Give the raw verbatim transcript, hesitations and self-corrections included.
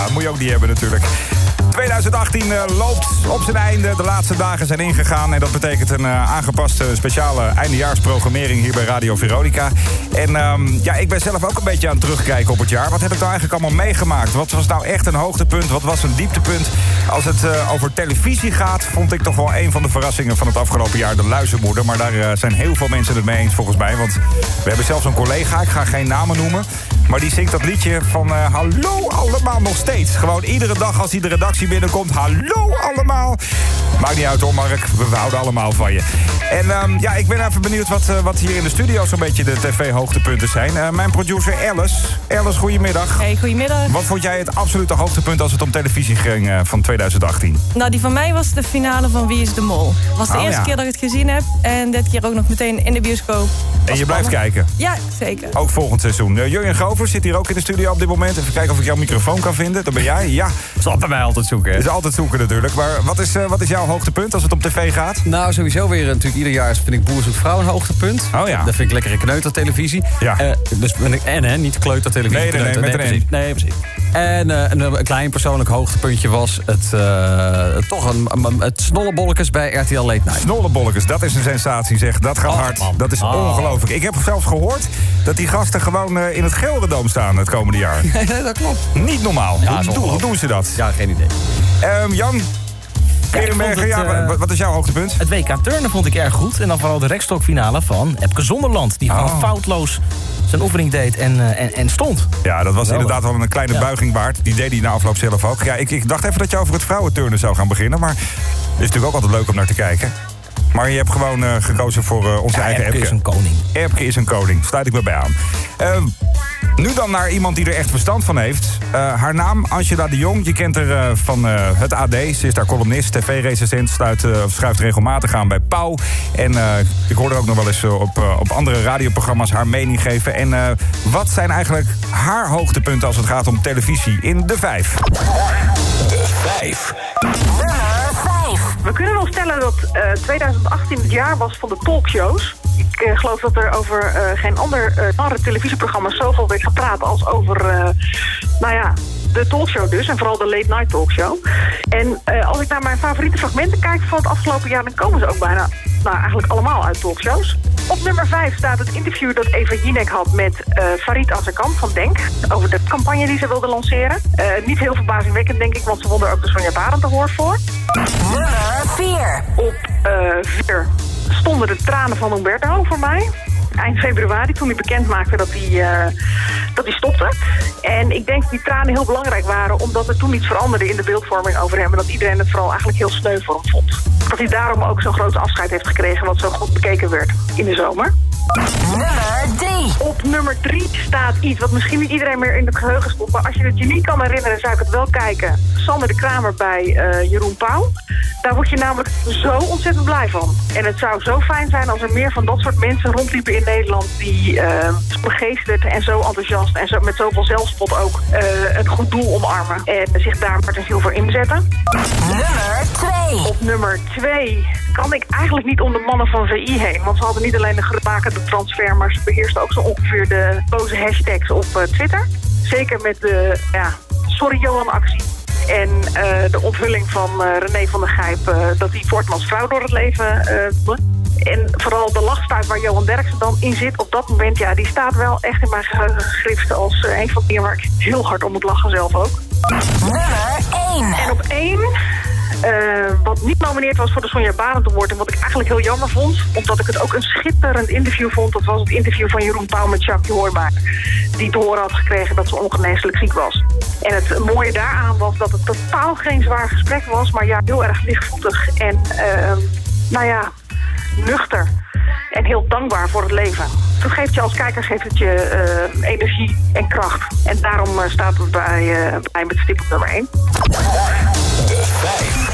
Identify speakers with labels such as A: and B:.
A: moet je ook niet hebben natuurlijk. twintig achttien uh, loopt op zijn einde. De laatste dagen zijn ingegaan. En dat betekent een uh, aangepaste speciale eindejaarsprogrammering hier bij Radio Veronica. En um, ja, ik ben zelf ook een beetje aan het terugkijken op het jaar. Wat heb ik nou eigenlijk allemaal meegemaakt? Wat was nou echt een hoogtepunt? Wat was een dieptepunt? Als het uh, over televisie gaat, vond ik toch wel een van de verrassingen van het afgelopen jaar de Luizenmoeder. Maar daar uh, zijn heel veel mensen het mee eens volgens mij. Want we hebben zelfs een collega, ik ga geen namen noemen, maar die zingt dat liedje van uh, hallo allemaal nog steeds. Gewoon iedere dag als hij de redactie binnenkomt. Hallo allemaal. Maakt niet uit hoor, Mark. We houden allemaal van je. En um, ja, ik ben even benieuwd wat, uh, wat hier in de studio zo'n beetje de tv-hoogtepunten zijn. Uh, mijn producer Alice. Alice, goedemiddag.
B: Hey, goedemiddag.
A: Wat vond jij het absolute hoogtepunt als het om televisie ging uh, van twintig achttien?
B: Nou, die van mij was de finale van Wie is de Mol. Het was de
A: oh,
B: eerste
A: ja.
B: keer dat ik het gezien heb. En dit keer ook nog meteen in de bioscoop.
A: En je blijft kijken?
B: Ja, zeker.
A: Ook volgend seizoen. Uh, Jurjen Govers zit hier ook in de studio op dit moment. Even kijken of ik jouw microfoon kan vinden. Dat ben jij. Ja.
C: Dat zal bij mij altijd zoeken.
A: Dat is altijd zoeken natuurlijk. Maar wat is, uh, wat is jouw hoogtepunt als het om tv gaat?
C: Nou, sowieso weer natuurlijk ieder jaar vind ik Boer zoekt vrouw een hoogtepunt.
A: Oh ja.
C: Dat vind ik lekkere kneutertelevisie.
A: Ja.
C: Uh, dus ben ik, en hè, niet kleutertelevisie.
A: Nee, nee, nee,
C: kneuter,
A: met
C: nee,
A: een
C: precies. Nee, precies. En uh, een, een klein persoonlijk hoogtepuntje was het uh, toch een, een, het snollebolletjes bij R T L Late Night.
A: Snollebolletjes, dat is een sensatie zeg. Dat gaat
C: Oh,
A: hard.
C: man.
A: Dat is
C: Oh.
A: ongelooflijk. Ik heb zelfs gehoord dat die gasten gewoon uh, in het Gelderdoom staan het komende jaar.
C: Nee, dat klopt.
A: Niet normaal.
C: Ja,
A: hoe,
C: is
A: doen, hoe doen ze dat?
C: Ja, geen idee.
A: Um, Jan, Kerenberger, ja,
D: het, uh,
A: wat, wat is jouw hoogtepunt?
D: Het W K Turnen vond ik erg goed. En dan vooral de rekstokfinale van Epke Zonderland. Die gewoon
A: Oh.
D: foutloos zijn oefening deed en, uh, en, en stond.
A: Ja, dat was
D: Wel
A: inderdaad wel een kleine
D: Ja.
A: buiging waard. Die deed hij na afloop zelf ook. Ja, ik, ik dacht even dat je over het vrouwenturnen zou gaan beginnen. Maar het is natuurlijk ook altijd leuk om naar te kijken. Maar je hebt gewoon uh, gekozen voor uh, onze
D: Ja,
A: eigen
D: Epke
A: Epke.
D: is een koning.
A: Epke is een koning. Sluit ik me bij aan. Uh, nu dan naar iemand die er echt verstand van heeft. Uh, haar naam, Angela de Jong. Je kent haar uh, van uh, het A D. Ze is daar columnist, tv-recensent. Sluit, uh, schuift regelmatig aan bij Pauw. En uh, ik hoorde ook nog wel eens uh, op, uh, op andere radioprogramma's haar mening geven. En uh, wat zijn eigenlijk haar hoogtepunten als het gaat om televisie in de vijf?
E: De vijf.
F: We kunnen wel stellen dat uh, twintig achttien het jaar was van de talkshows. Ik uh, geloof dat er over uh, geen ander uh, andere televisieprogramma zoveel werd gepraat als over, uh, nou ja, de talkshow dus. En vooral de late night talkshow. En uh, als ik naar mijn favoriete fragmenten kijk van het afgelopen jaar, dan komen ze ook bijna, nou eigenlijk allemaal uit talkshows. Op nummer vijf staat het interview dat Eva Jinek had met uh, Farid Azarkan van Denk. Over de campagne die ze wilde lanceren. Uh, niet heel verbazingwekkend denk ik, want ze won er ook de Sonja Barend Award voor.
G: Nummer vier.
F: Op vier uh, stonden de tranen van Humberto voor mij. Eind februari, toen hij bekend maakte dat hij, uh, dat hij stopte. En ik denk dat die tranen heel belangrijk waren, omdat er toen iets veranderde in de beeldvorming over hem. En dat iedereen het vooral eigenlijk heel sneu voor hem vond. Dat hij daarom ook zo'n groot afscheid heeft gekregen, wat zo goed bekeken werd in de zomer.
G: Nummer drie.
F: Op nummer drie staat iets wat misschien niet iedereen meer in het geheugen stond. Maar als je het je niet kan herinneren, zou ik het wel kijken. Sander de Kramer bij uh, Jeroen Pauw. Daar word je namelijk zo ontzettend blij van. En het zou zo fijn zijn als er meer van dat soort mensen rondliepen in Nederland die uh, begeesterd en zo enthousiast en zo, met zoveel zelfspot ook uh, een goed doel omarmen. En zich daar met een ziel voor inzetten.
G: Nummer twee.
F: Op nummer twee kan ik eigenlijk niet om de mannen van V I heen. Want ze hadden niet alleen de gemakende transfer, maar ze beheersten ook zo ongeveer de boze hashtags op uh, Twitter. Zeker met de ja, Sorry Johan actie. En uh, de onthulling van uh, René van der Gijp uh, dat hij Voortmans vrouw door het leven uh, en vooral de lachstuit waar Johan Derksen dan in zit op dat moment, ja, die staat wel echt in mijn geheugen gegrift als uh, een van de dingen waar ik heel hard om moet lachen zelf ook.
G: Nummer één.
F: En op één, uh, wat niet nomineerd was voor de Sonja Barend Award en wat ik eigenlijk heel jammer vond, omdat ik het ook een schitterend interview vond, dat was het interview van Jeroen Pauw met Jacques Hoijmaak, die te horen had gekregen dat ze ongeneeslijk ziek was. En het mooie daaraan was dat het totaal geen zwaar gesprek was, maar ja, heel erg lichtvoetig en, uh, nou ja, nuchter en heel dankbaar voor het leven. Dat geeft je als kijker geeft het je uh, energie en kracht. En daarom uh, staat het bij, uh, bij met stip op nummer één.
E: De vijf.